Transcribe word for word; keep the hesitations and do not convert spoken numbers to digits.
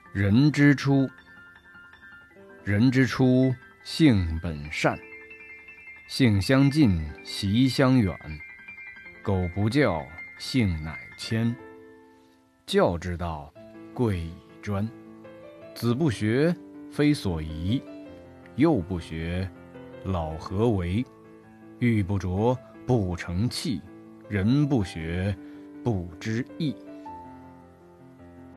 人之初，人之初，性本善，性相近，习相远。苟不教，性乃迁。教之道，贵以专。子不学，非所宜；幼不学，老何为？玉不琢，不成器；人不学，不知义。